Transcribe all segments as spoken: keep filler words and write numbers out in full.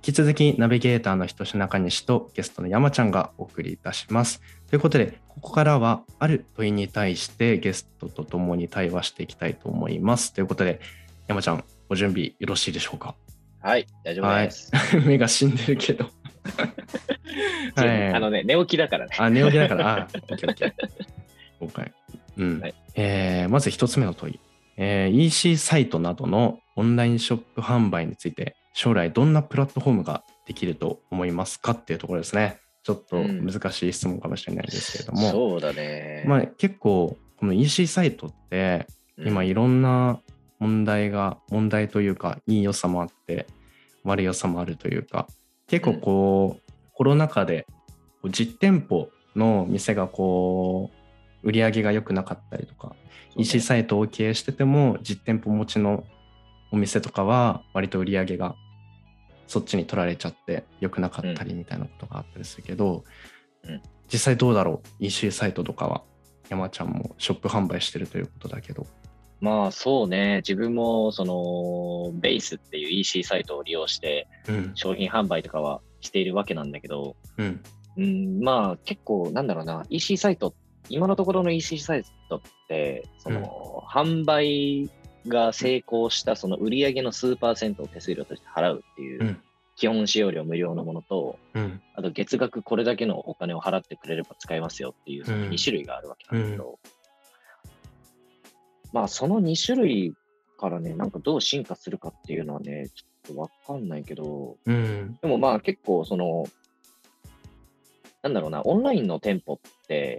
引き続きナビゲーターの人志中西とゲストの山ちゃんがお送りいたします。ということで、ここからはある問いに対してゲストとともに対話していきたいと思います。ということで、山ちゃん、ご準備よろしいでしょうか？ はい、大丈夫です。 はい、目が死んでるけど。 はい、あのね、寝起きだからね。 あ、寝起きだから、あ、オッケーオッケー。OK。うん。はい、えー、まず一つ目の問い。えー、イーシー サイトなどのオンラインショップ販売について、将来どんなプラットフォームができると思いますかっていうところですね。ちょっと難しい質問かもしれないですけれども、 うん、そうだね。 まあ、結構この イーシー サイトって今いろんな問題が、うん、問題というかいい良さもあって悪い良さもあるというか、結構こう、うん、コロナ禍で実店舗の店がこう売り上げが良くなかったりとか、イーシー サイトを経営してても実店舗持ちのお店とかは割と売り上げがそっちに取られちゃって良くなかったりみたいなことがあったりするけど、うん、実際どうだろう？ イーシー サイトとかは山ちゃんもショップ販売してるということだけど。 まあそうね、自分もそのベースっていう イーシー サイトを利用して商品販売とかはしているわけなんだけど、うんうん、まあ結構なんだろうな、 イーシー サイト、今のところの イーシー サイトってその、うん、販売が成功したその売上の数パーセントを手数料として払うっていう基本使用料無料のものと、うん、あと月額これだけのお金を払ってくれれば使えますよっていうそのに種類があるわけなんだけど、うんうん、まあそのに種類からね、なんかどう進化するかっていうのはね、ちょっとわかんないけど、うん、でもまあ結構そのなんだろうな、オンラインの店舗って、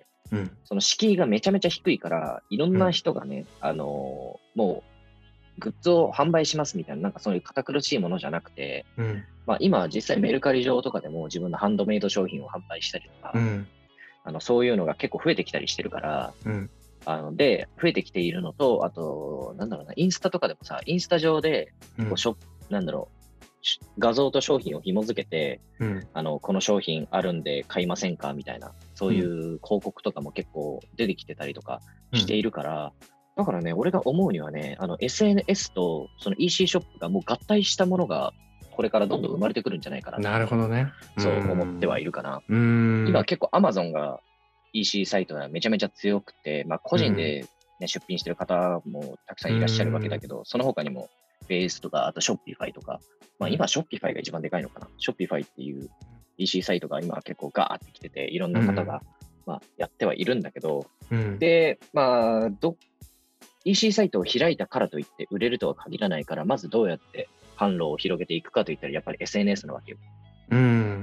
うん、その敷居がめちゃめちゃ低いから、いろんな人がね、うん、あのー、もう、グッズを販売しますみたいな、なんかそういう堅苦しいものじゃなくて、うん、まあ今実際メルカリ上とかでも自分のハンドメイド商品を販売したりとか、うん、あのそういうのが結構増えてきたりしてるから、うん、あので、増えてきているのと、あと、なんだろうな、インスタとかでもさ、インスタ上で、こうショップ、うん、なんだろう、画像と商品を紐付けて、うん、あのこの商品あるんで買いませんかみたいな、そういう広告とかも結構出てきてたりとかしているから、うん、だからね、俺が思うにはね、あの エスエヌエス とその イーシー ショップがもう合体したものがこれからどんどん生まれてくるんじゃないかな。 なるほどね。 そう思ってはいるかな。うん今結構 Amazon が イーシー サイトがめちゃめちゃ強くて、まあ、個人で、ね、出品してる方もたくさんいらっしゃるわけだけど、その他にもベースとか、あとショッピファイとか、まあ今ショッピファイが一番でかいのかな。ショッピファイっていう イーシー サイトが今結構ガーってきてて、いろんな方が、まあ、やってはいるんだけど、うん、で、まあど、イーシー サイトを開いたからといって売れるとは限らないから、まずどうやって販路を広げていくかといったら、やっぱり エスエヌエス なわけよ。 うん、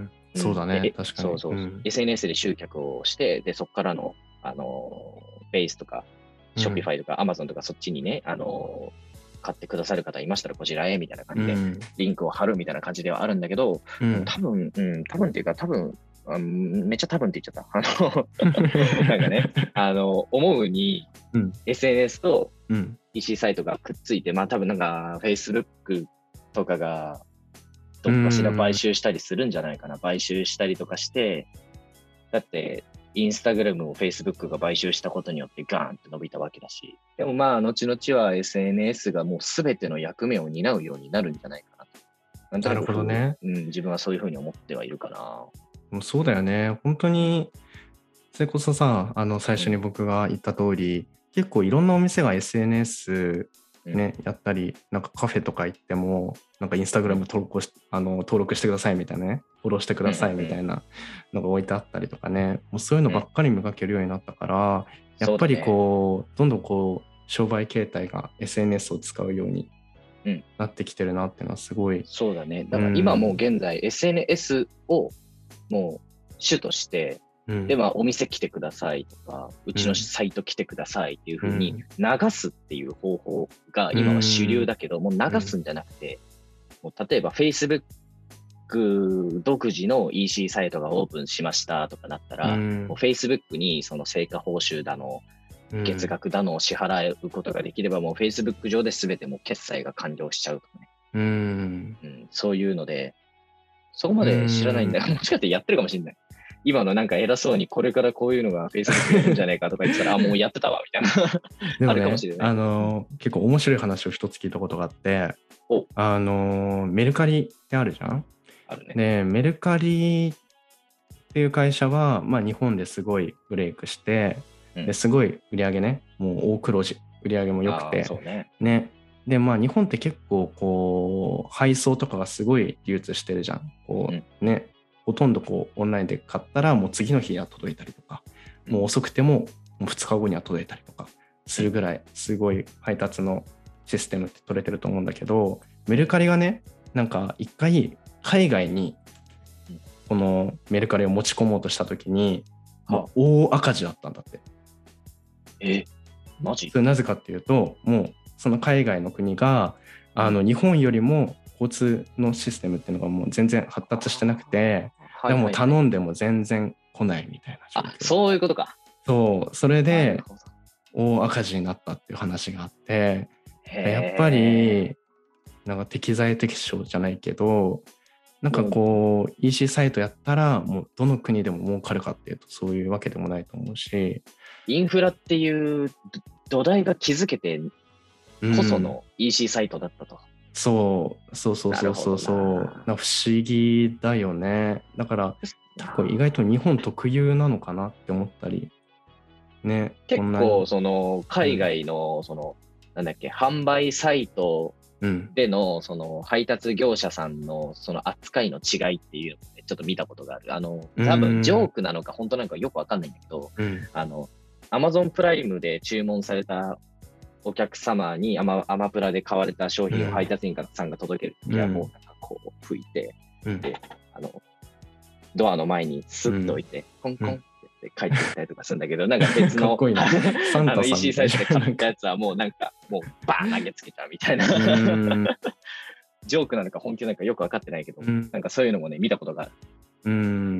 そうだね、確かに。 そうそう、うん、エスエヌエス で集客をして、で、そこからの、あの、ベースとか、ショッピファイとか、アマゾンとかそっちにね、あの、買ってくださる方いましたらこちらへみたいな感じで、うん、リンクを貼るみたいな感じではあるんだけど、うん、多分、うん、多分っていうか、多分、うん、めっちゃ多分って言っちゃった。あの、なんかね、あの、思うに、うん、エスエヌエス と イーシー サイトがくっついて、まあ多分なんか、Facebook とかが、どっかしら買収したりするんじゃないかな。うん、買収したりとかして、だって、インスタグラムを Facebook が買収したことによってガーンって伸びたわけだし、でもまあ、後々は エスエヌエス がもう全ての役目を担うようになるんじゃないかなと。なんとなくなるほどね。 うん、自分はそういうふうに思ってはいるかな。 もうそうだよね。本当に、それこそさ、あの最初に僕が言った通り、うん、結構いろんなお店が エスエヌエス ね、うん、やったり、なんかカフェとか行っても、なんかインスタグラム登録し、あの登録してくださいみたいなね、フォローしてくださいみたいなのが置いてあったりとかね、もうそういうのばっかり見かけるようになったから、うん、やっぱりこう、ね、どんどんこう、商売形態が エスエヌエス を使うようになってきてるなっていうのはすごい。 そうだね。だから今もう現在 エスエヌエス をもう主として、うん、で、まあ、お店来てくださいとか、うちのサイト来てくださいっていうふうに流すっていう方法が今は主流だけど、うん、もう流すんじゃなくて、うん、もう例えば Facebook 独自の イーシー サイトがオープンしましたとかなったら、うん、もう Facebook にその成果報酬だの、月額だのを支払うことができれば、もう Facebook 上で全てもう決済が完了しちゃうとかね、うんうん。そういうので、そこまで知らないんだが、もしかしてやってるかもしれない。今のなんか偉そうにこれからこういうのが Facebook でやるんじゃないかとか言ってたら、あ、もうやってたわみたいな。 でもね、 あるかもしれない。 あのー、結構面白い話を一つ聞いたことがあって、あのー、メルカリってあるじゃん。 あるね。 で、メルカリっていう会社は、まあ、日本ですごいブレイクして、うん、ですごい売り上げね、もう大黒字、売り上げも良くて、 そうね。 ね。で、まあ、日本って結構、こう、配送とかがすごい流通してるじゃん。こう、うん、ね。ほとんどこう、オンラインで買ったら、もう次の日には届いたりとか、うん、もう遅くても、もうふつかごには届いたりとかするぐらい、すごい配達のシステムって取れてると思うんだけど、メルカリがね、なんか一回海外にこのメルカリを持ち込もうとしたときに、もう大赤字だったんだって。 え、マジ？ それなぜかっていうと、もうその海外の国が、うん、あの日本よりも交通のシステムっていうのがもう全然発達してなくて、でも頼んでも全然来ないみたいな状況。 あ、そういうことか。 そう、それで大赤字になったっていう話があって、やっぱりなんか適材適所じゃないけど、なんかこう イーシー サイトやったらもうどの国でも儲かるかっていうとそういうわけでもないと思うし、 インフラっていう土台が築けてこその イーシー サイトだったと、うん、 そうそうそうそうそうそうな不思議だよね。だから結構意外と日本特有なのかなって思ったりね。 結構その海外のその、うん、なんだっけ販売サイトでのその配達業者さんのその扱いの違いっていうのを、ね、ちょっと見たことがある。あの多分ジョークなのか本当なのかよくわかんないんだけど、うん、あの Amazon プライムで注文されたお客様にアマ、アマプラで買われた商品を配達員さんが届けるときはもうなんかこう吹いて、うん、であのドアの前にスッと置いて、うん、コンコンって帰ってきたりとかするんだけど、なんか別のいいサンタさんイーシー サイトで買ったやつはもうなんかもうバーン投げつけたみたいなジョークなのか本気なのかよく分かってないけど、うん、なんかそういうのもね見たことがある。うん、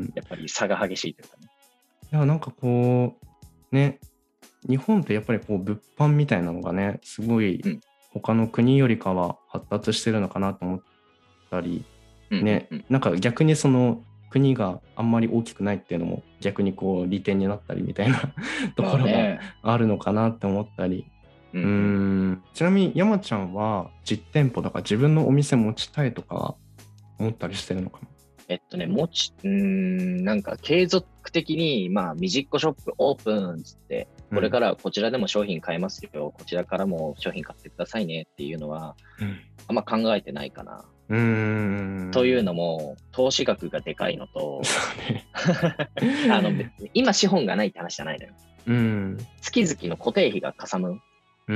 やっぱり差が激しいというかね。 いやなんかこうね、日本ってやっぱりこう物販みたいなのがねすごい他の国よりかは発達してるのかなと思ったり、うん、ね、うんうん、なんか逆にその国があんまり大きくないっていうのも逆にこう利点になったりみたいなところがあるのかなって思ったり、うんうん、うんちなみに山ちゃんは実店舗とか自分のお店持ちたいとか思ったりしてるのかな？ えっとね、持ち、うーん、なんか継続的に、まあ、ミジッコショップオープンつって、これからこちらでも商品買えますよ、うん、こちらからも商品買ってくださいねっていうのは、うん、あんま考えてないかな。うーんというのも、投資額がでかいのと、あの今資本がないって話じゃないのよ。うん、月々の固定費がかさむ。 うん、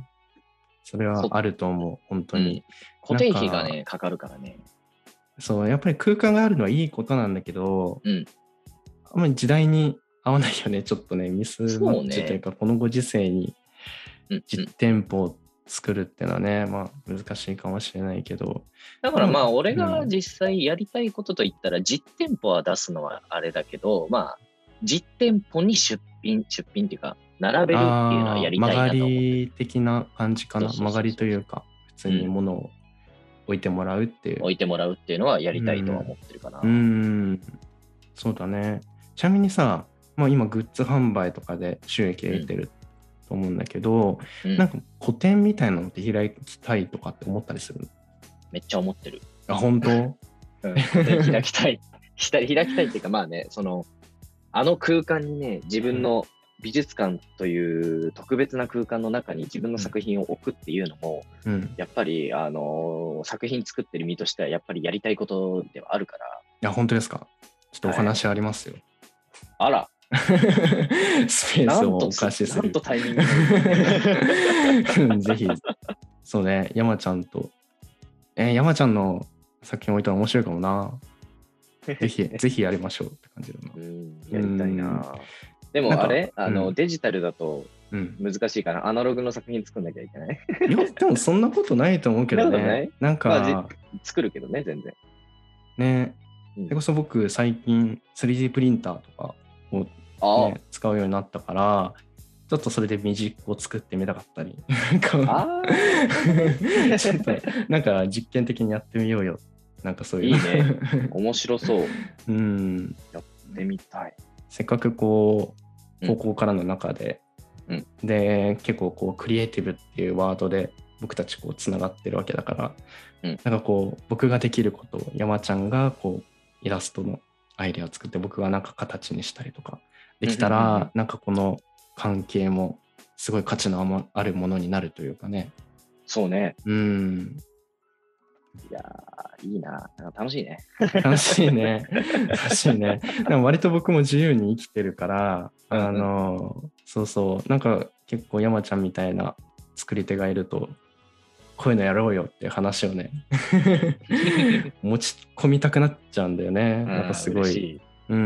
それはあると思う、本当に。 うん、固定費がね、かかるからね。 そう、やっぱり空間があるのはいいことなんだけど、うん、あんまり時代に合わないよね、ちょっとね、ミスマッチというか、このご時世に実店舗を作るっていうのはね、まあ難しいかもしれないけど。 だからまあ、俺が実際やりたいことといったら、実店舗は出すのはあれだけど、まあ、実店舗に出品、出品っていうか、並べるっていうのはやりたいなと思って。 曲がり的な感じかな、曲がりというか、普通に物を、うん置いてもらうっていう置いてもらうっていうのはやりたいとは思ってるかな。 うん、うんそうだね。ちなみにさ、まあ、今グッズ販売とかで収益得てると思うんだけど、うん、なんか個展みたいなのって開きたいとかって思ったりする？ めっちゃ思ってる。 あ、本当？うん、 開きたい開きたいっていうか、まあね、そのあの空間にね、自分の美術館という特別な空間の中に自分の作品を置くっていうのも、うん、やっぱり、あのー、作品作ってる身としてはやっぱりやりたいことではあるから。 いや、本当ですか？ちょっとお話ありますよ。 はい、あら。 スペースをお貸しする。 なんとタイミングぜひ、そうね、山ちゃんと、えー、山ちゃんの作品置いたら面白いかもな。ぜひ、ぜひやりましょうって感じだな。 うん、やりたいな。でもあれあの、うん、デジタルだと難しいかな、うん、アナログの作品作んなきゃいけない。 いや、でもそんなことないと思うけどね。なんか、まあ、 作るけどね、全然。 ね。それこそ僕、最近 スリーディー プリンターとかを、ね、使うようになったから、ちょっとそれでミジックを作ってみたかったり。あちょっとなんか実験的にやってみようよ。なんかそういう。 いいね。面白そう。うん。やってみたい。 せっかくこう、高校からの中で、うん、で結構こうクリエイティブっていうワードで僕たちこうつながってるわけだから、 うん、 なんかこう僕ができることを山ちゃんがこうイラストのアイデアを作って僕がなんか形にしたりとかできたら、 うんうんうん、 なんかこの関係もすごい価値のあるものになるというかね。 そうね。 うん。 いやー、いいな。なんか楽しいね。 楽しいね。楽しいね。でも割と僕も自由に生きてるから、うんうん、あの、そうそう、なんか結構山ちゃんみたいな作り手がいると、こういうのやろうよっていう話をね、持ち込みたくなっちゃうんだよね。なんかすごい、いうん、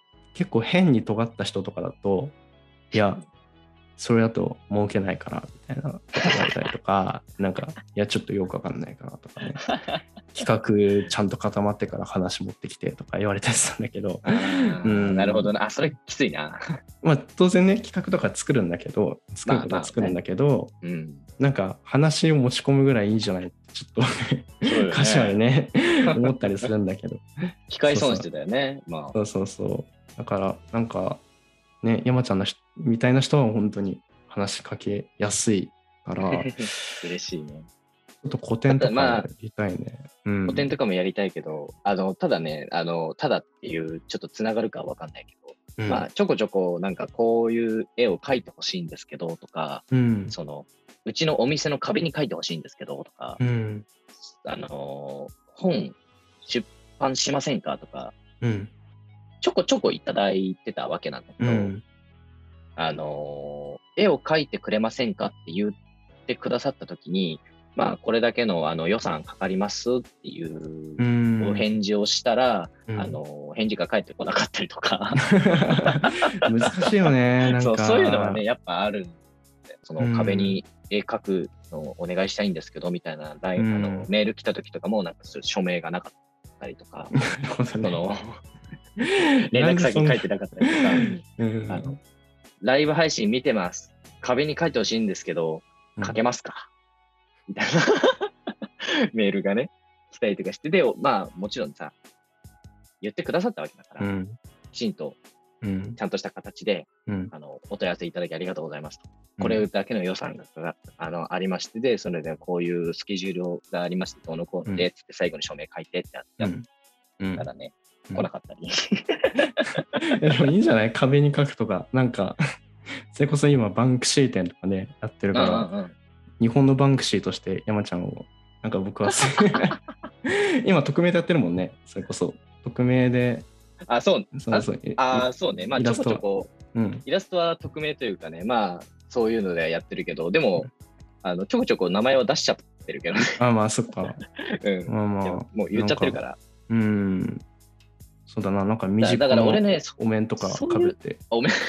結構変に尖った人とかだと、いや、それだと儲けないからみたいなこと言われたりとか、なんか、いや、ちょっとよくわかんないかなとかね。企画ちゃんと固まってから話持ってきてとか言われたりしたんだけど。 うん、なるほどな。あ、それきついな。 まあ、当然ね、企画とか作るんだけど、作ることは作るんだけど、まあまあね、うん、なんか話を持ち込むぐらいいいじゃないってちょっと歌詞はね、思ったりするんだけど。 機械損失だよね。まあ。 そうそうそう。だから、なんか、ね、山ちゃんのみたいな人は本当に話しかけやすいから嬉しいね。 ちょっと古典とかやりたいね、 まあうん、古典とかもやりたいけど、あのただね、あのただっていうちょっとつながるかは分かんないけど、うん、まあちょこちょこなんかこういう絵を描いてほしいんですけどとか、うん、そのうちのお店の壁に描いてほしいんですけどとか、うん、あの本出版しませんかとか、うん、ちょこちょこいただいてたわけなんだけど、うん、あの絵を描いてくれませんかって言ってくださったときに、まあこれだけのあの予算かかりますっていうお返事をしたら、うん、あの返事が返ってこなかったりとか難しいよね。なんかそうそういうのはねやっぱあるんで、その壁に絵描くのをお願いしたいんですけどみたいな、うん、あのメール来た時とかもなんか署名がなかったりとか、その連絡先書いてなかったりとか、うん、あのライブ配信見てます。壁に書いてほしいんですけど、書けますか、うん、みたいなメールがね、来たりとかして、で、まあもちろんさ、言ってくださったわけだから、うん、きちんと、ちゃんとした形で、うん、あのお問い合わせいただきありがとうございますと。うん、これだけの予算があのありましてで、それでこういうスケジュールがありまして、どうのこうので、つって最後に署名書いてってやったらね、うん、来なかったり。 でもいいんじゃない？壁に書くとか、なんか、それこそ今バンクシー展とかね、やってるから、うんうんうん、日本のバンクシーとして山ちゃんを、なんか僕は今匿名でやってるもんね、それこそ。匿名で。 あ、そう。 そうそう。 ああ、そうね。まあ、ちょこちょこ、うん、イラストは匿名というかね、まあ、そういうのでやってるけど、でも、うん、あのちょこちょこ名前を出しちゃってるけどね。 あ、まあ、そっか。 うん。まあまあ。もう言っちゃってるから。 うん。そうだな、なんか短いお面とかかぶって。 お面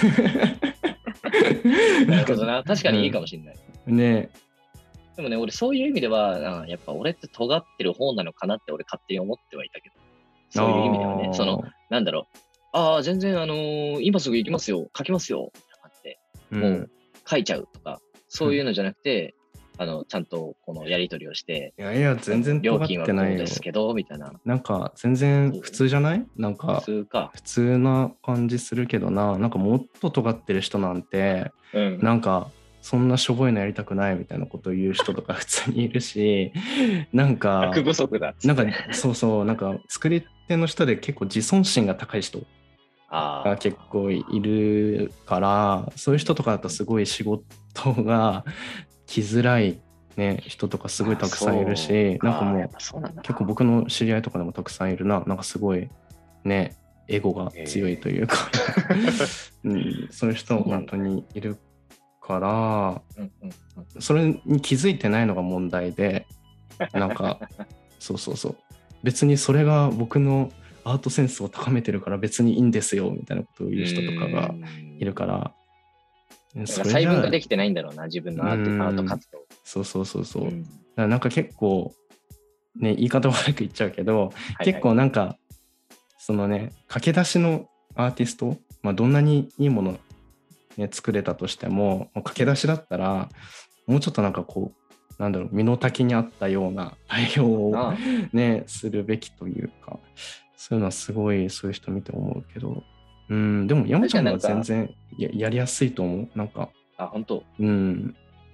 なるほどな。確かにいいかもしれない。 うん、ねでもね、俺そういう意味では、やっぱ俺って尖ってる方なのかなって俺勝手に思ってはいたけど、そういう意味ではね、その、なんだろう、ああ、全然あのー、今すぐ行きますよ、書きますよ、みたいな感じで、もう書いちゃうとか、そういうのじゃなくて、うん、あの、ちゃんとこのやり取りをして、 いやいや、全然尖ってないよ。料金はこうですけど、みたいな。 なんか全然普通じゃない？なんか普通か。 普通な感じするけどな、なんかもっと尖ってる人なんて、うん、なんか、そんなしょぼいのやりたくないみたいなことを言う人とか普通にいるし、なんか、 学不足だ。 なんか、そうそう、なんか作り手の人で結構自尊心が高い人が結構いるから、そういう人とかだとすごい仕事が来づらい、ね、人とかすごいたくさんいるし、なんかもう結構僕の知り合いとかでもたくさんいるな、なんかすごいね、エゴが強いというか、うん、そういう人も本当にいるから、それに気づいてないのが問題で、なんかそうそうそう、別にそれが僕のアートセンスを高めてるから別にいいんですよみたいなことを言う人とかがいるから、 それ細分ができてないんだろうな、自分のアート、アート活動。 そうそうそうそう、うん、だからなんか結構ね、言い方悪く言っちゃうけど、はいはい、結構なんかそのね、駆け出しのアーティスト、まあ、どんなにいいものね、作れたとしても、もう駆け出しだったらもうちょっとなんかこうなんだろう、身の丈に合ったような対応をねするべきというか、そういうのはすごいそういう人見て思うけど、うん、でも山ちゃんは全然 や, やりやすいと思う。なんかあ、本当。 うん、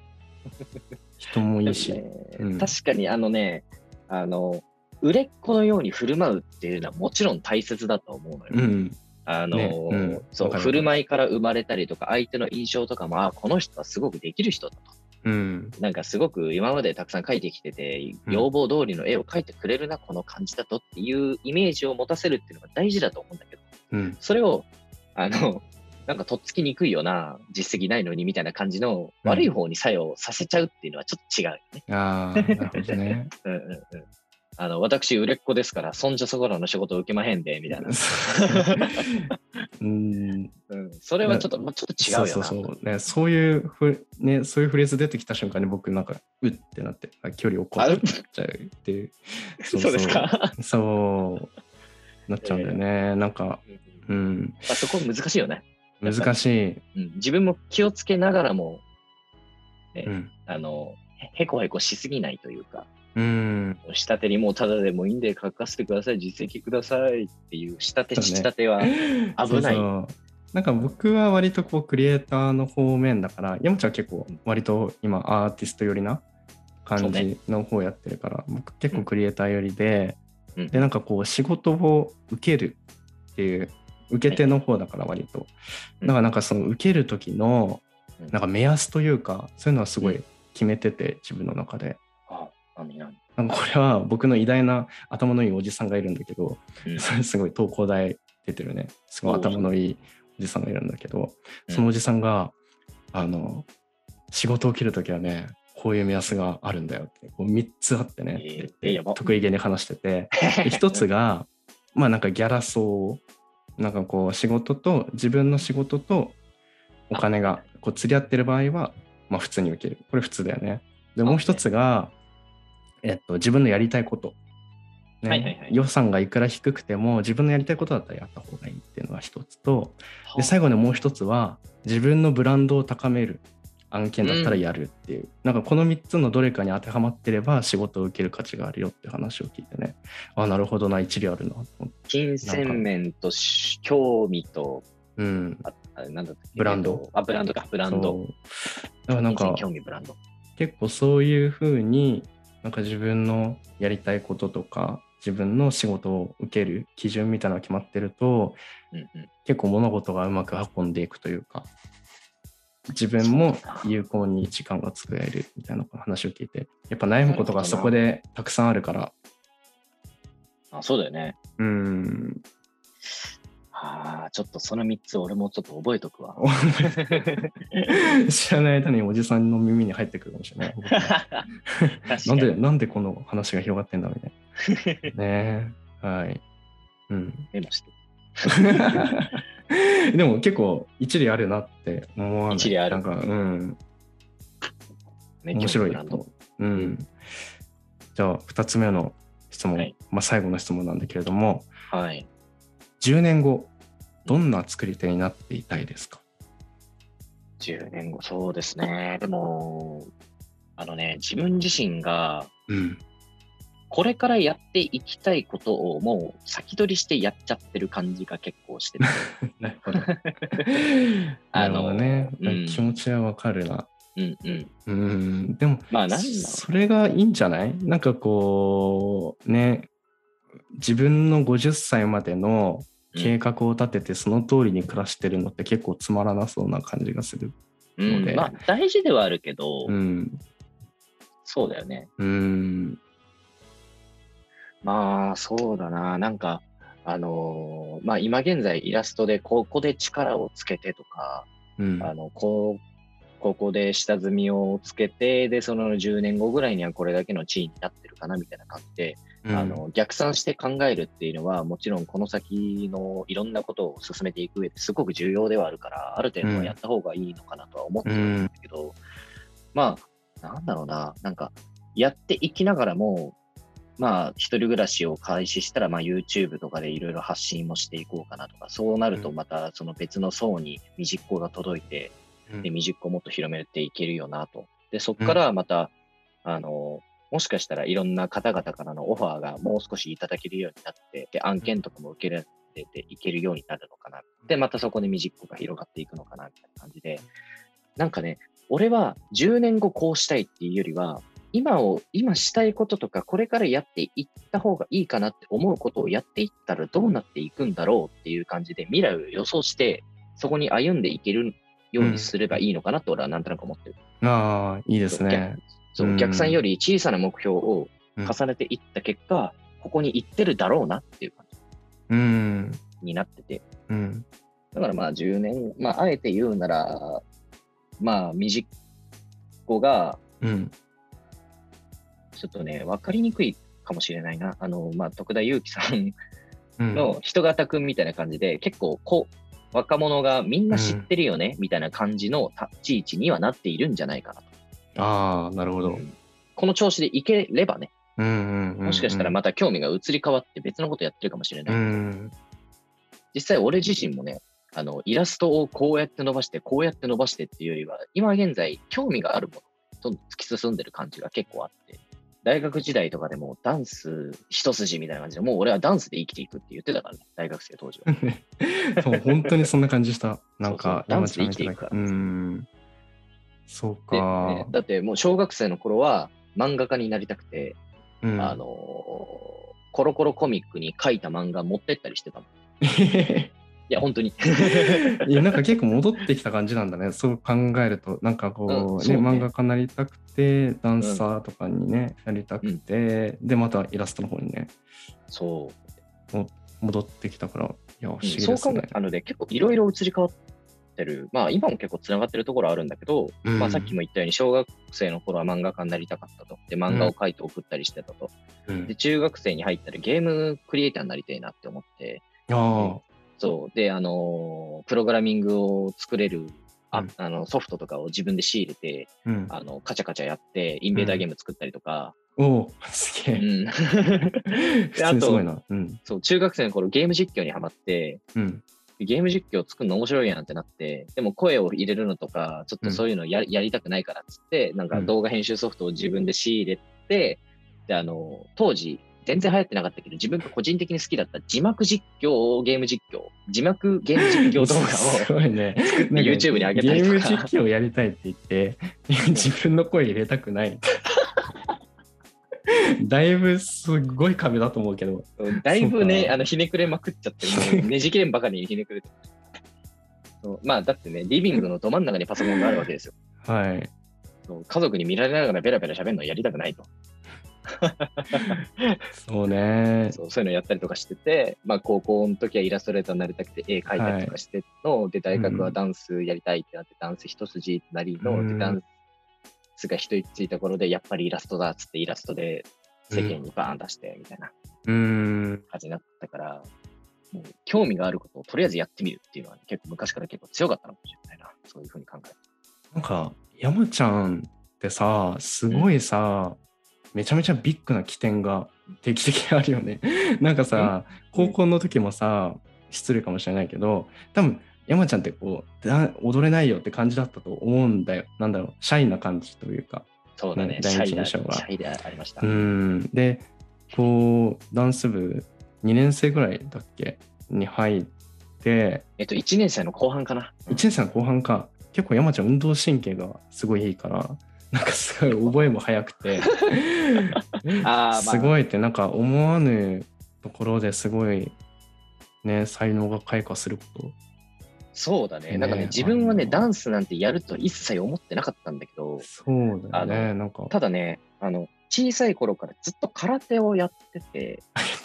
人もいいし、 ねうん、確かにあのね、あの、売れっ子のように振る舞うっていうのはもちろん大切だと思うのよ。 うんあの、 ねうん、 そう、振る舞いから生まれたりとか、相手の印象とかも、あ、この人はすごくできる人だと。 うん、 なんかすごく今までたくさん描いてきてて、要望通りの絵を描いてくれるな、この感じだとっていうイメージを持たせるっていうのが大事だと思うんだけど、 うん、 それを、あの、なんかとっつきにくいよな、実績ないのにみたいな感じの悪い方に作用させちゃうっていうのはちょっと違うよね。 うん、ああ、なるほどね。 うんうんうんあの、私、売れっ子ですから、そんじょそこらの仕事を受けまへんで、みたいな。 うん、 うん、それはちょっと、まあ、ちょっと違うよな。 そうそうそう、ね。そういうふ、ね、そういうフレーズ出てきた瞬間に僕、なんか、うってなって、距離をこう、取っちゃうっていう。 そうそうですか。 そう、なっちゃうんだよね。えー、なんか、うん。 まあ、そこ難しいよね。 難しい、 うん。自分も気をつけながらも、ねうん、 あの、へこへこしすぎないというか、 うん、 下手にもうただでもいいんで書かせてください、実績くださいっていう下手下手は危ない。そうそうなんか僕は割とこうクリエイターの方面だから、山ちゃんは結構割と今アーティスト寄りな感じの方やってるから、ね、僕結構クリエイター寄りで、うん、でなんかこう仕事を受けるっていう受け手の方だから割と、だからなんかその受ける時のなんか目安というかそういうのはすごい決めてて、自分の中で。 あ、何何なんかこれは僕の偉大な頭のいいおじさんがいるんだけど、うん、それすごい東工大出てるねすごい頭のいいおじさんがいるんだけど、そのおじさんが、うん、あの仕事を切るときはねこういう目安があるんだよってこうみっつあってね、えー、って得意げに話しててひとつがまあなんかギャラ層なんかこう仕事と自分の仕事とお金がこう釣り合ってる場合はまあ普通に受ける、これ普通だよね。でもう一つがえっと自分のやりたいこと、ねはいはいはい、予算がいくら低くても自分のやりたいことだったらやった方がいいっていうのが一つと、で最後にもう一つは自分のブランドを高める案件だったらやるっていう、うん、なんかこのみっつのどれかに当てはまってれば仕事を受ける価値があるよって話を聞いてね、あなるほどな一理あるな。 金銭面と興味と、 うん、 ああれなんだっけブランドあブランドかブランドだからなんか興味ブランド結構そういうふうになんか自分のやりたいこととか自分の仕事を受ける基準みたいなのが決まってると、うんうん、結構物事がうまく運んでいくというか自分も有効に時間が使えるみたいな話を聞いてやっぱ悩むことがそこでたくさんあるから。 あ、そうだよね。 うんああ、ちょっとそのみっつ俺もちょっと覚えとくわ。 知らない間におじさんの耳に入ってくるかもしれない。なんで、なんでこの話が広がってんだみたいな。ねえ。はい。うん。 メモして。 でも結構一理あるなって思わない。 一理ある。 なんか、うん。面白いと。うん。じゃあ、二つ目の質問。はい、まあ最後の質問なんだけれども。 はい。 じゅうねんご、どんな作り手になっていたいですか？ じゅうねんご、そうですね。でも、あのね、自分自身が、うん、これからやっていきたいことをもう先取りしてやっちゃってる感じが結構してて。 なるほど。あのね、うん、気持ちはわかるな。 うんうん。 うん、でも、 まあ、なんそれがいいんじゃない？なんかこう、ね、自分のごじゅっさいまでの計画を立ててその通りに暮らしてるのって結構つまらなそうな感じがするので、 うん、まあ大事ではあるけど、 うん、 そうだよね。 うん、 まあそうだな、なんかあのー、まあ今現在イラストでここで力をつけてとか、うん、あのこうここで下積みをつけてでそのじゅうねんごぐらいにはこれだけの地位になってるかなみたいな感じで。うん、あの逆算して考えるっていうのはもちろんこの先のいろんなことを進めていく上ですごく重要ではあるからある程度はやった方がいいのかなとは思ってるんだけど、うん、まあなんだろうななんかやっていきながらもまあ一人暮らしを開始したらまあ YouTube とかでいろいろ発信もしていこうかなとかそうなるとまたその別の層に未実行が届いて、うん、で未実行をもっと広めていけるよなとでそこからまた、うん、あのもしかしたらいろんな方々からのオファーがもう少しいただけるようになって、で、案件とかも受けられていけるようになるのかな。で、またそこで未実行が広がっていくのかな、みたいな感じで。なんかね、 俺はじゅうねんごこうしたいっていうよりは、今を、今したいこととか、これからやっていった方がいいかなって思うことをやっていったらどうなっていくんだろうっていう感じで未来を予想して、そこに歩んでいけるようにすればいいのかなと俺はなんとなく思ってる。 うん、ああ、いいですね。 そう、逆算より小さな目標を重ねていった結果、うん、ここに行ってるだろうなっていう感じ、うん、になってて。うん、だからまあじゅうねん、まああえて言うなら、まあ、みじっこが、うん、ちょっとね、わかりにくいかもしれないな。あの、まあ、徳田祐樹さんの人型くんみたいな感じで、うん、結構こう、若者がみんな知ってるよね、うん、みたいな感じの立ち位置にはなっているんじゃないかなと。 ああ、なるほど、うん。 この調子でいければね、うんうんうんうん、もしかしたらまた興味が移り変わって別のことやってるかもしれないけど、うん、実際俺自身もね、あの、イラストをこうやって伸ばして、こうやって伸ばしてっていうよりは、今現在興味があるもの、どんどん突き進んでる感じが結構あって、大学時代とかでもダンス一筋みたいな感じで、もう俺はダンスで生きていくって言ってたからね、大学生当時は。 そう、本当にそんな感じした。なんか、 そうそうダンスで生きていくから。 うん。そうか、 ね。だってもう小学生の頃は漫画家になりたくて、うん、あのー、コロコロコミックに書いた漫画持ってったりしてたもん。いや、本当に。 いや、なんか結構戻ってきた感じなんだね。そう考えると。なんかこう、うん、ね、ね、漫画家になりたくて、ダンサーとかにね、うん、なりたくて、うん、で、またイラストの方にね、 そう。 戻ってきたから、いや、不思議ですね。 そう考え、あのね、結構いろいろ移り変わってる。まあ、今も結構つながってるところあるんだけど、うん、まあ、さっきも言ったように、小学生の頃は漫画家になりたかったと。で、漫画を描いて送ったりしてたと。うん、で、中学生に入ったらゲームクリエイターになりたいなって思って、ああ。そう。で、あのー、プログラミングを作れる、あ、うん、あのソフトとかを自分で仕入れて、うん、あのカチャカチャやって、インベーダーゲーム作ったりとか。 うん、おお、すげえ。うん、普通にすごいな。うん、 そう、中学生の頃ゲーム実況にハマって、うん、ゲーム実況作るの面白いやんってなって、でも声を入れるのとか、ちょっとそういうのや、うん、やりたくないからっつって、なんか動画編集ソフトを自分で仕入れて、で、あの、当時、全然流行ってなかったけど、自分が個人的に好きだった字幕実況、ゲーム実況、字幕ゲーム実況動画をすごいね、 YouTube に上げたりとか。 ゲーム実況やりたいって言って、自分の声入れたくない。だいぶすごい壁だと思うけど。 だいぶね、あのひねくれまくっちゃって、もうねじ切れんばかりにひねくれてそうまあ、だってね、リビングのど真ん中にパソコンがあるわけですよ。 はい。 そう家族に見られながらベラベラ喋るのやりたくないと。 そうねそう。そういうのやったりとかしてて、まあ高校の時はイラストレーターになりたくて絵描いたりとかしての、はい、で、大学はダンスやりたいってなって、うん、ダンス一筋ってなりの、うん、でダンスが一息ついた頃で、やっぱりイラストだっつってイラストで世間にバーン出してみたいな感じになったから、もう興味があることをとりあえずやってみるっていうのは、ね、結構昔から結構強かったのかもしれないな。そういうふうに考える。 なんか、山ちゃんってさ、すごいさ、うんめちゃめちゃビッグな起点が定期的にあるよね。なんかさ、高校の時もさ、失礼かもしれないけど、多分山ちゃんってこう踊れないよって感じだったと思うんだよ。なんだろう、シャイな感じというか。 そうだね、ね第一印象が。シャイでありました。 うん。で、こう、ダンス部にねん生ぐらいだっけに入って、 えっと、いちねん生の後半かな。 いちねん生の後半か。結構山ちゃん運動神経がすごいいいから、なんかすごい覚えも早くてあ、すごいってなんか思わぬところですごいね才能が開花することそうだね、ねなんかね自分はねダンスなんてやると一切思ってなかったんだけどそうだよねなんかただねあの小さい頃からずっと空手をやってて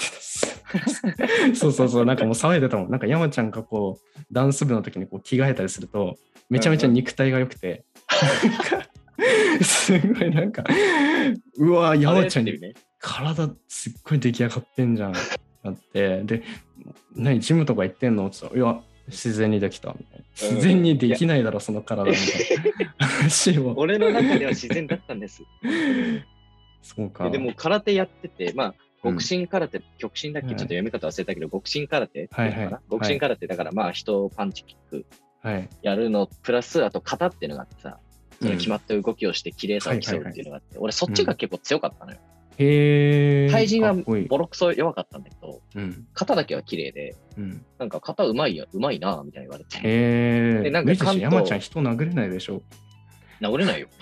そうそうそうなんかもう騒いでたもんなんか山ちゃんがこうダンス部の時にこう着替えたりするとめちゃめちゃ肉体が良くて、うんうんすごいなんかうわ山ちゃんに体すっごい出来上がってんじゃんなってで何ジムとか行ってんのって言ったらいや自然にできたみたいな自然にできないだろその体みたいな話を俺の中では自然だったんですそうかでも空手やっててまあ極真空手、うん、極真だっけちょっと読み方忘れたけど、はい、極真空手っていうのかな、はいはい、極真空手だからまあ人をパンチキックやるの、はい、プラスあと型っていうのがあってさその決まった動きをして綺麗さを競うっていうのがあって、うんはいはいはい、俺そっちが結構強かったのよ。 うん、へー対人はボロクソ弱かったんだけど、うん、肩だけは綺麗で、うん、なんか肩うまいよ、うまいなみたいな言われて。 へーでなんか関東山ちゃん人殴れないでしょ。 殴れないよ。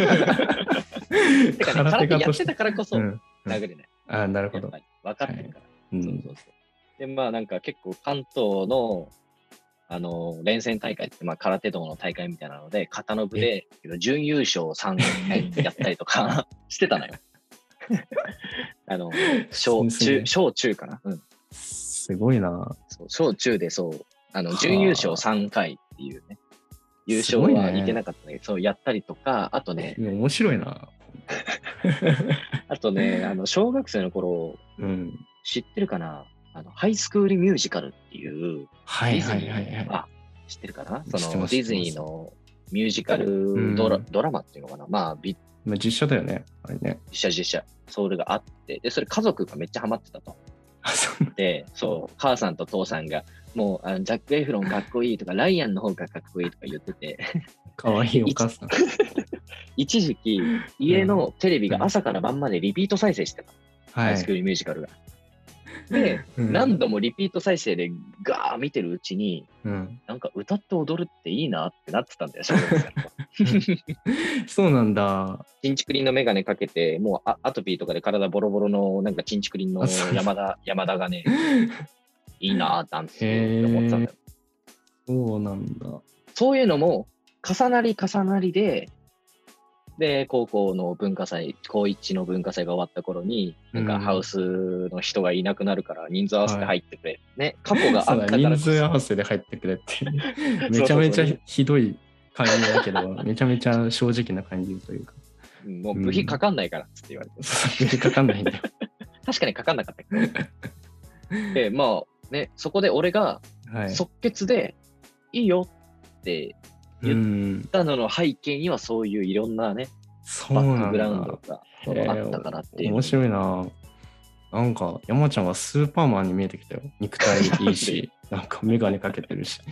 てかね、空手やってたからこそ殴れない。うんうん、 あ、なるほど。 分かってるから。はい、そうそうそう。で、まあなんか結構関東の、あの、連戦大会って、まあ空手道の大会みたいなので、片の部で準優勝さんかいやったりとかしてたのよ。あの、小中、小中かな。うん。 すごいな。 そう、小中でそう、あの、準優勝さんかいっていうね。優勝はいけなかったね。そう、やったりとか、あとね。 面白いな。 あとね、あの、小学生の頃、うん、知ってるかな、あの、ハイスクールミュージカルっていう、 はいはいはいはい。 あ、知ってるかな、その、ディズニーのミュージカルドラ、うん、ドラマっていうのかな、まあ、ビまあ、実写だよね、あれね。 実写実写。それがあって、で、それ家族がめっちゃハマってたと。で、そう、母さんと父さんが、もう、あのジャック・エフロンかっこいいとか、ライアンの方がかっこいいとか言ってて。 かわいいお母さん。 一時期、家のテレビが朝から晩までリピート再生してた。うん、ハイスクールミュージカルが。で、うん、何度もリピート再生でガー見てるうちに、うん、なんか歌って踊るっていいなってなってたんだよ、小学生そうなんだ。 チンチクリンのメガネかけて、もう ア, アトピーとかで体ボロボロのなんかチンチクリンの山田、山田がね、いいなーって思ってたんだよ。 そうなんだ。 そういうのも重なり重なりで、で、高校の文化祭、高一の文化祭が終わった頃に、なんかハウスの人がいなくなるから人数合わせて入ってくれ。はい、ね、過去があったからこそ。 人数合わせで入ってくれって。めちゃめちゃひどい感じだけど、めちゃめちゃ正直な感じというか。 もう部費かかんないからっつって言われて。 部費かかんないんだよ。 確かにかかんなかったけど。で、まあね、そこで俺が即決でいいよって言ったのの背景にはそういういろんなね、バックグラウンドがあったからっていう。 面白いな。なんか山ちゃんがスーパーマンに見えてきたよ。肉体いいし、なんかメガネかけてるし。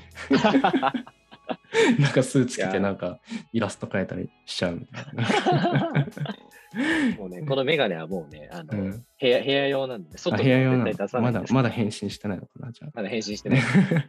なんかスーツ着てなんかイラスト描いたりしちゃうみたいな。 もうね、このメガネはもうね、あの、うん、部屋、部屋用なんで、 外では絶対出さないんです。まだ、まだ変身してないのかな、じゃあ。 まだ変身してない。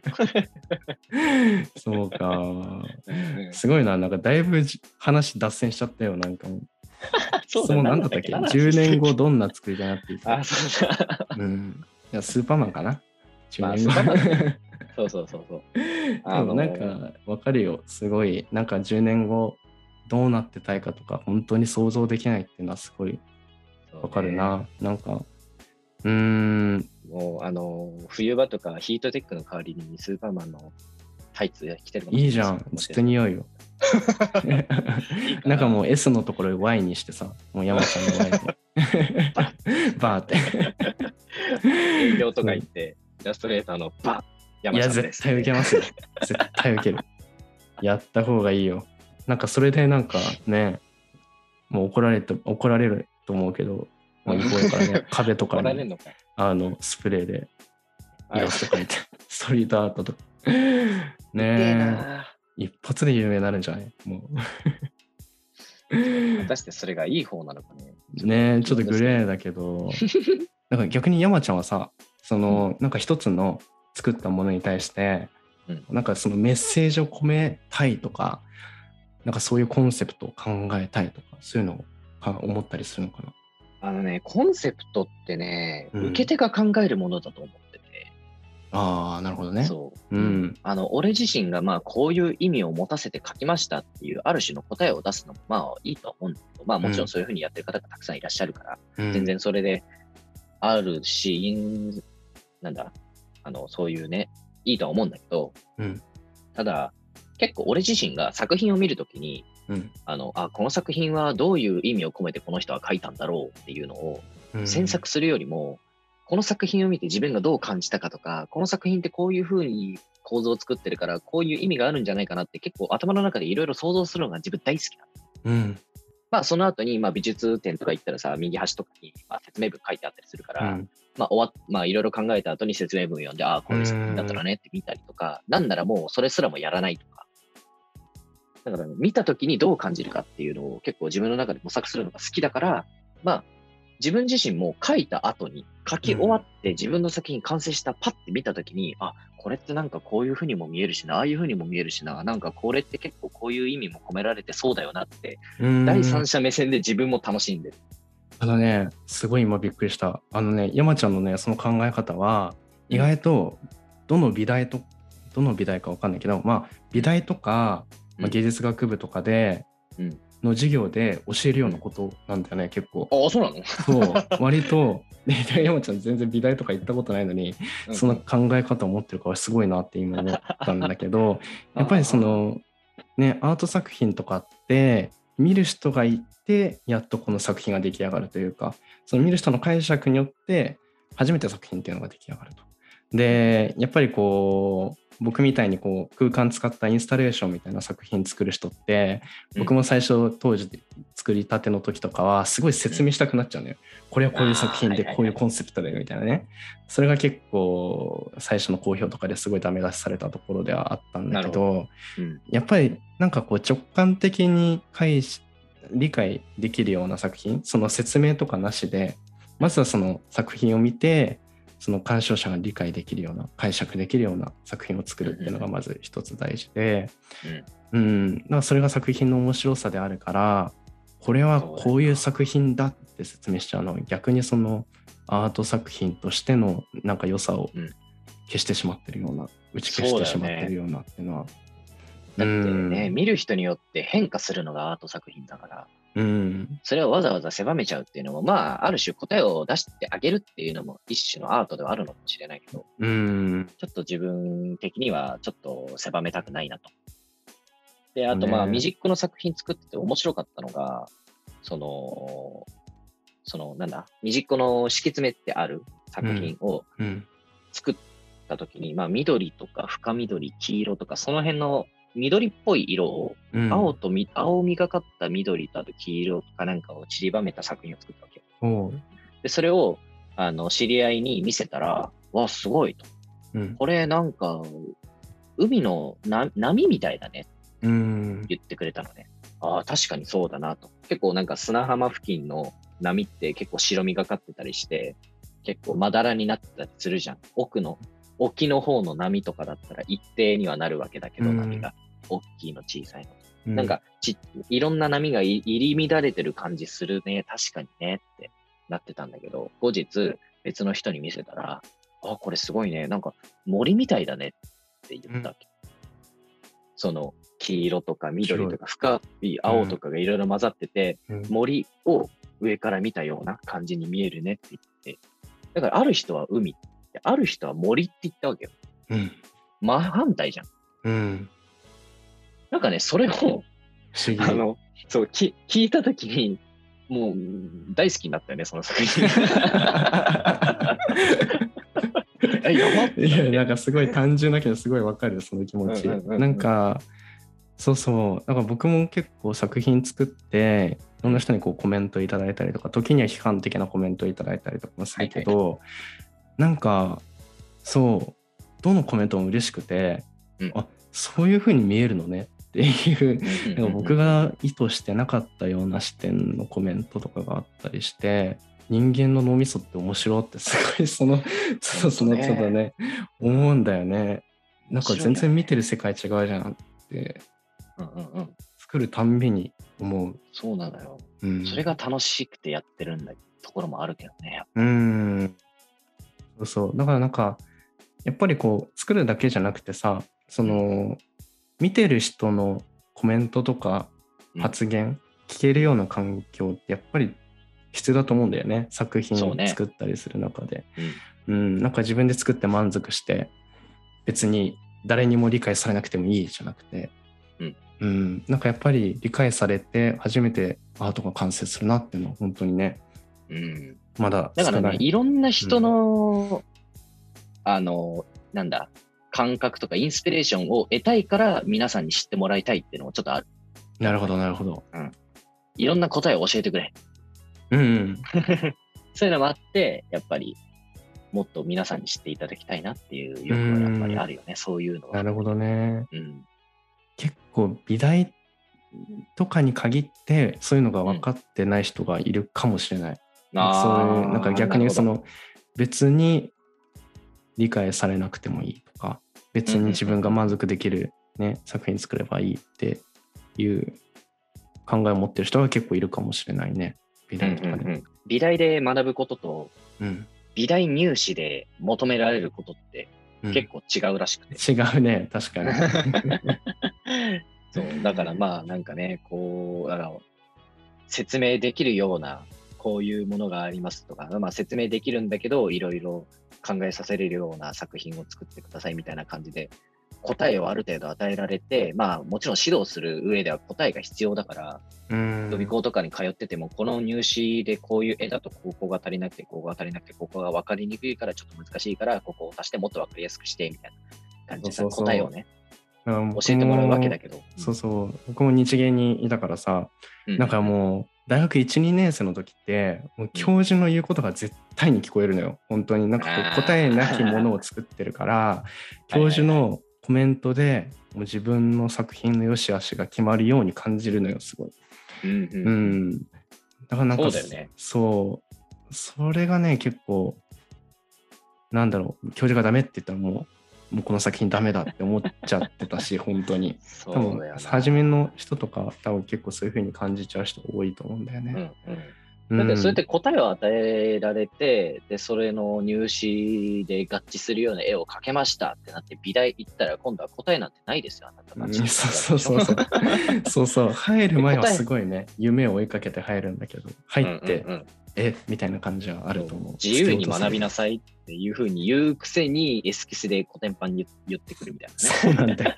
そうか。すごいな、なんかだいぶ話脱線しちゃったよ、なんかもう。 そうだ、 なんだったっけ ?じゅう 年後どんな作りになっていくか。 あ、そうだ。 うん。いや、スーパーマンかな。 まあ、スーパーマン。そうそうそうそう。 あのなんかわかるよ。すごい、なんかじゅうねんごどうなってたいかとか、本当に想像できないっていうのはすごいわかるな。ね、なんか、うーん。 もう、あの、冬場とかヒートテックの代わりにスーパーマンのタイツ着てるかもしれない。 いいじゃん。ずっと似合うよ。なんかもう エス のところ ワイ にしてさ、もう山ちゃんの ワイ で。バーって。 営業とか行って、イラストレーターのバー。 いや、絶対受けますよ。絶対受ける。やった方がいいよ。なんかそれでなんかね、もう怒られて、怒られると思うけど、まあ、違法からね、壁とかにあのスプレーでイラスト描いて、ストリートアートとか。ねえ。一発で有名になるんじゃないもう。果たしてそれがいい方なのかね。 ねえ、ちょっとグレーだけど、なんか逆に山ちゃんはさ、その、うん、なんか一つの作ったものに対して、うん、なんかそのメッセージを込めたいとか、なんかそういうコンセプトを考えたいとか、そういうのを思ったりするのかな。 あのね、コンセプトってね、うん、受け手が考えるものだと思ってて。 ああ、なるほどね。 そう。うん。あの、俺自身がまあこういう意味を持たせて書きましたっていう、ある種の答えを出すのもまあいいとは思うんだけど、まあもちろんそういうふうにやってる方がたくさんいらっしゃるから、うん、全然それであるし、なんだ、あの、そういうね、いいとは思うんだけど、うん、ただ、結構俺自身が作品を見るときに、うん、あの、あ、この作品はどういう意味を込めてこの人は書いたんだろうっていうのを詮索するよりも、うん、この作品を見て自分がどう感じたかとか、この作品ってこういう風に構造を作ってるから、こういう意味があるんじゃないかなって結構頭の中でいろいろ想像するのが自分大好きなの。うん。まあその後に、まあ美術展とか行ったらさ、右端とかに、まあ、説明文書いてあったりするから、うん、まあ終わっ、まあいろいろ考えた後に説明文読んで、ああ、こういう作品だったらねって見たりとか、なんならもうそれすらもやらないとか。だから、ね、見た時にどう感じるかっていうのを結構自分の中で模索するのが好きだから、まあ自分自身も書いた後に、書き終わって自分の作品完成したパッて見たときに、うん、あ、これってなんかこういう風にも見えるしな、ああいう風にも見えるしな、なんかこれって結構こういう意味も込められてそうだよなって、第三者目線で自分も楽しんでる。 あのね、すごい今びっくりした。あのね、山ちゃんのね、その考え方は、意外とどの美大と、どの美大かわかんないけど、まあ、美大とか、まあ、芸術学部とかで、うんの授業で教えるようなことなんだよね、結構。 ああ、そうなの？ そう、割と、山ちゃん全然美大とか行ったことないのに、その考え方を持ってるからすごいなって今思ったんだけど、やっぱりその、ね、アート作品とかって見る人がいて、やっとこの作品が出来上がるというか、その見る人の解釈によって初めて作品っていうのが出来上がると。で、やっぱりこう、僕みたいにこう空間使ったインスタレーションみたいな作品作る人って、僕も最初当時作りたての時とかはすごい説明したくなっちゃうのよ。これはこういう作品でこういうコンセプトでみたいなね。それが結構最初の好評とかですごいダメ出しされたところではあったんだけど、うん、やっぱりなんかこう直感的に解し理解できるような作品、その説明とかなしで、まずはその作品を見て、その鑑賞者が理解できるような、解釈できるような作品を作るっていうのがまず一つ大事で、うん、うん、だからそれが作品の面白さであるから、これはこういう作品だって説明しちゃうのは逆にそのアート作品としてのなんか良さを消してしまってるような、打ち消してしまってるようなっていうのは。 だってね、うん、見る人によって変化するのがアート作品だから、うん、それをわざわざ狭めちゃうっていうのも、まあ、ある種答えを出してあげるっていうのも一種のアートではあるのかもしれないけど、うん、ちょっと自分的にはちょっと狭めたくないなと。で、あとまあ、ミジックの作品作ってて面白かったのが、その、その、なんだ、ミジックの敷き詰めてある作品を作った時に、うんうん、まあ、緑とか深緑、黄色とか、その辺の緑っぽい色を、うん、青とみ、青みがかった緑とあと黄色とかなんかを散りばめた作品を作ったわけ。で、それを、あの、知り合いに見せたら、わ、すごいと。うん、これなんか、海のな波みたいだね。うん、言ってくれたのね。ああ、確かにそうだなと。結構なんか砂浜付近の波って結構白みがかってたりして、結構まだらになってたりするじゃん。奥の、沖の方の波とかだったら一定にはなるわけだけど、うん、波が。大きいの小さいの。うん、なんかち、いろんな波が入り乱れてる感じするね。確かにねってなってたんだけど、後日別の人に見せたら、あ、これすごいね。なんか森みたいだねって言ったわけ。うん、その、黄色とか緑とか深い青とかがいろいろ混ざってて、うん、森を上から見たような感じに見えるねって言って、だからある人は海、ある人は森って言ったわけよ。うん、真反対じゃん。うん、なんかね、それを、あの、そうき、聞いたときに、もう大好きになったよね、その作品。 いや、なんかすごい単純だけどすごいわかるよ、その気持ち。なんか、そうそう、なんか僕も結構作品作っていろんな人にこうコメントいただいたりとか、時には批判的なコメントいただいたりとかもするけど、はいはい、なんかそうどのコメントも嬉しくて、うん、あ、そういう風に見えるのねっていう、なんか僕が意図してなかったような視点のコメントとかがあったりして、人間の脳みそって面白ってすごいそのそそのちょっとね思うんだよね。なんか全然見てる世界違うじゃんって。うんうんうん、作るたんびに思う。 そうなのよ、うん。それが楽しくてやってるんだところもあるけどね。 うん。そうそう。だからなんかやっぱりこう作るだけじゃなくてさ、その、うん、見てる人のコメントとか発言、うん、聞けるような環境ってやっぱり必要だと思うんだよね。作品作ったりする中で。う、ね、うん、なんか自分で作って満足して別に誰にも理解されなくてもいいじゃなくて。うん、なんかやっぱり理解されて初めてアートが完成するなっていうのは本当にね、うん、まだだからね、いろんな人の、うん、あのなんだ感覚とかインスピレーションを得たいから皆さんに知ってもらいたいっていうのもちょっとある。 なるほどなるほど、 うん、いろんな答えを教えてくれ。 うん、うん、 そういうのもあってやっぱりもっと皆さんに知っていただきたいなっていう欲はやっぱりあるよね、うん、そういうのは。 なるほどね、うん、結構美大とかに限ってそういうのが分かってない人がいるかもしれない。 そういうなんか逆にその別に理解されなくてもいいとか、別に自分が満足できる、ね、作品作ればいいっていう考えを持ってる人が結構いるかもしれないね、美大とかで、うんうんうん、 美大で学ぶことと、うん、美大入試で求められることって結構違うらしくて、 うん、違うね、確かにそうだからまあなんかね、こうだから説明できるようなこういうものがありますとか、まあ、説明できるんだけどいろいろ考えさせれるような作品を作ってくださいみたいな感じで答えをある程度与えられて、まあもちろん指導する上では答えが必要だから、予備校とかに通ってても、この入試でこういう絵だとここが足りなくて、ここが足りなくて、ここが分かりにくいからちょっと難しいから、ここを足してもっと分かりやすくしてみたいな感じでさ、そうそうそう答えをね、教えてもらうわけだけど。 そうそう、僕も日芸にいたからさ、うん、なんかもう、大学いち、にねん生の時って、もう教授の言うことが絶対に聞こえるのよ。本当になんかこう答えなきものを作ってるから、教授のコメントでもう自分の作品の良し悪しが決まるように感じるのよ、すごい。うんうん。うん、だからなんか、そうだよね。そう、それがね、結構、なんだろう、教授がダメって言ったらもう、もうこの作品ダメだって思っちゃってたし、本当に。多分、初めの人とか、多分結構そういう風に感じちゃう人多いと思うんだよね。うんうん、だってそうやって答えを与えられて、で、それの入試で合致するような絵を描けましたってなって、美大行ったら今度は答えなんてないですよ、あなたたち。 うん、そうそうそうそう。そうそう、入る前はすごいね、夢を追いかけて入るんだけど、入って、うんうんうん、えみたいな感じはあると思う。 自由に学びなさいっていうふうに言うくせにエスキスでコテンパンに言ってくるみたいなね。 そうなんだよ。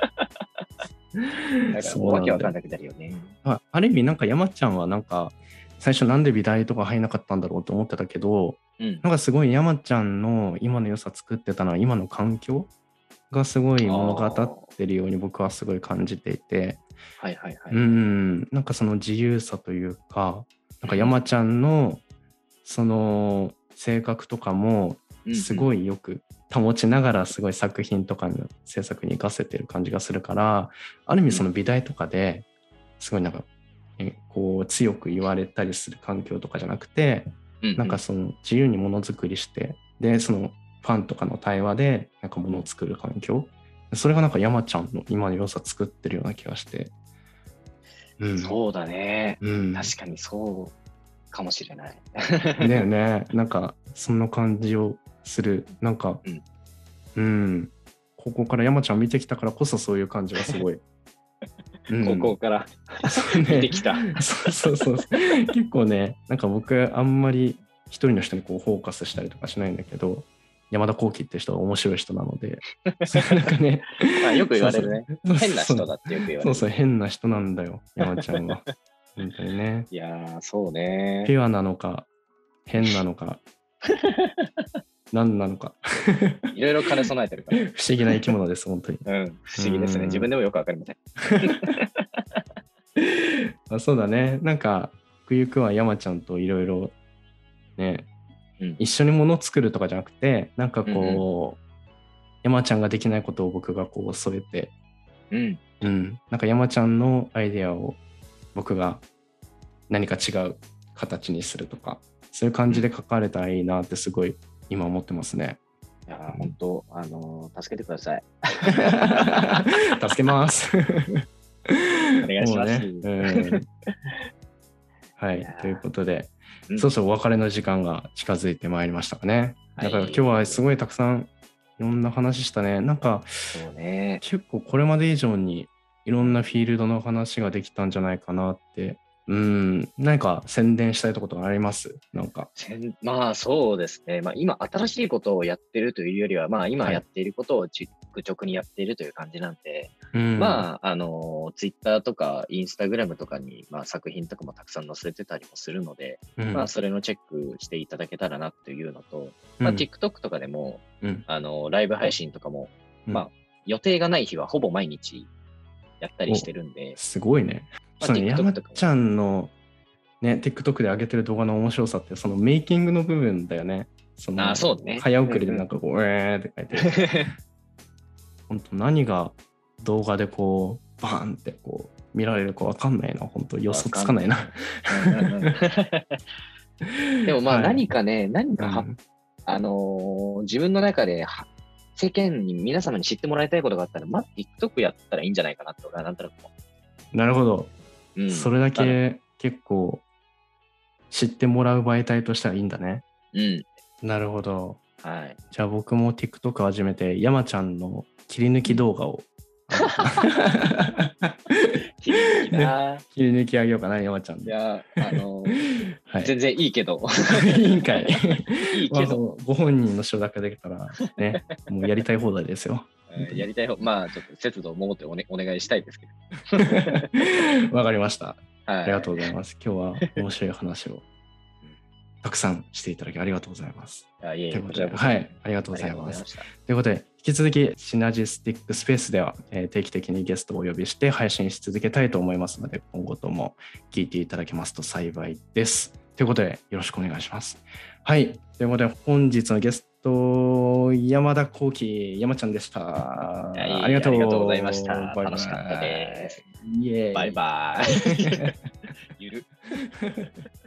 だからわけわかんなくなるよね。 あ、ある意味なんか山ちゃんはなんか最初なんで美大とか入んなかったんだろうと思ってたけど、うん、なんかすごい山ちゃんの今の良さ作ってたのは今の環境がすごい物語ってるように僕はすごい感じていて、 はいはいはい。 うん、なんかその自由さというか、なんか山ちゃんのその性格とかもすごいよく保ちながらすごい作品とかの制作に生かせてる感じがするから、ある意味その美大とかですごいなんかこう強く言われたりする環境とかじゃなくて、なんかその自由にものづくりして、でそのファンとかの対話でなんかものを作る環境、それがなんか山ちゃんの今の良さ作ってるような気がして、 うん、そうだね、うん、確かにそうかもしれない。 だよね。なんかそんな感じをする。なんか、うん、うん、ここから山ちゃん見てきたからこそそういう感じがすごい。 うん、ここから見てきた。 そうそうそう。結構ね、なんか僕あんまり一人の人にこうフォーカスしたりとかしないんだけど、山田幸喜って人は面白い人なので、なんかね、 あ、よく言われるね。そうそう変な人だってよく言われる。 そうそう、変な人なんだよ、山ちゃんは。本当にね。 いやー、そうね。 ピュアなのか、変なのか、何なのか。 いろいろ兼ね備えてるから。 不思議な生き物です、本当に。 うん、不思議ですね。自分でもよくわかりません。 あ、そうだね。なんか、ゆくゆくは山ちゃんといろいろね、うん、一緒にものを作るとかじゃなくて、なんかこう、うんうん、山ちゃんができないことを僕がこう添えて、うんうん、なんか山ちゃんのアイデアを僕が何か違う形にするとか、そういう感じで書かれたらいいなってすごい今思ってますね。 いや本当、あのー、助けてください。 助けます。 お願いします。ね、うん、 はい、ということで、うん、そうそうお別れの時間が近づいてまいりましたかね。だから今日はすごいたくさんいろんな話したね。なんか、 そうね、 結構これまで以上にいろんなフィールドの話ができたんじゃないかなって。うん、何か宣伝したいところがあります？なんか。 まあそうですね。まあ今新しいことをやってるというよりは、まあ今やっていることを直直にやっているという感じなんで、はい、まああの、ツイッターとかインスタグラムとかに、まあ、作品とかもたくさん載せてたりもするので、うん、まあそれのチェックしていただけたらなというのと、うん、まあ TikTok とかでも、うん、あの、ライブ配信とかも、うん、まあ予定がない日はほぼ毎日やったりしてるんで。 すごいね。その山ちゃんの、ね、TikTok で上げてる動画の面白さってそのメイキングの部分だよね。そのあ、そうね。 早送りでなんかこう、うんうん、えーって書いてる。本当何が動画でこうバーンってこう見られるか分かんないな。本当予想つかないな。 でもまあはい何かね、何かは、 うんあのー自分の中では世間に皆様に知ってもらいたいことがあったら、まあ TikTok やったらいいんじゃないかなって俺はなんとなく思なるほど。 う。うん。 それだあのけ結構知ってもらう媒体としてはいいんだね。 うん。 なるほど。 はい。 じゃあ僕も TikTok 始めて、山ちゃんの切り抜き動画を、 切り抜きな、 ね、切り抜きあげようかな、山ちゃんの。 いや、あのーはい、 全然いいけど。 いいんかい。 いいけど。 まあ、ご本人の承諾ができたら、ね、もうやりたい放題ですよ。 やりたい方、まあちょっと節度を守ってお,、ね、お願いしたいですけど。わかりました。 はい、 ありがとうございます。今日は面白い話をたくさんしていただきありがとうございます。 あいえいえということで、はい、ありがとうございます。 ということで、引き続きシナジスティックスペースでは、えー、定期的にゲストをお呼びして配信し続けたいと思いますので、今後とも聞いていただけますと幸いです。ということで、よろしくお願いします。はい、ということで、本日のゲスト、山田幸輝、山ちゃんでした。ありがとうございました。楽しかったです。 イエーイ。 バイバイ。ゆる。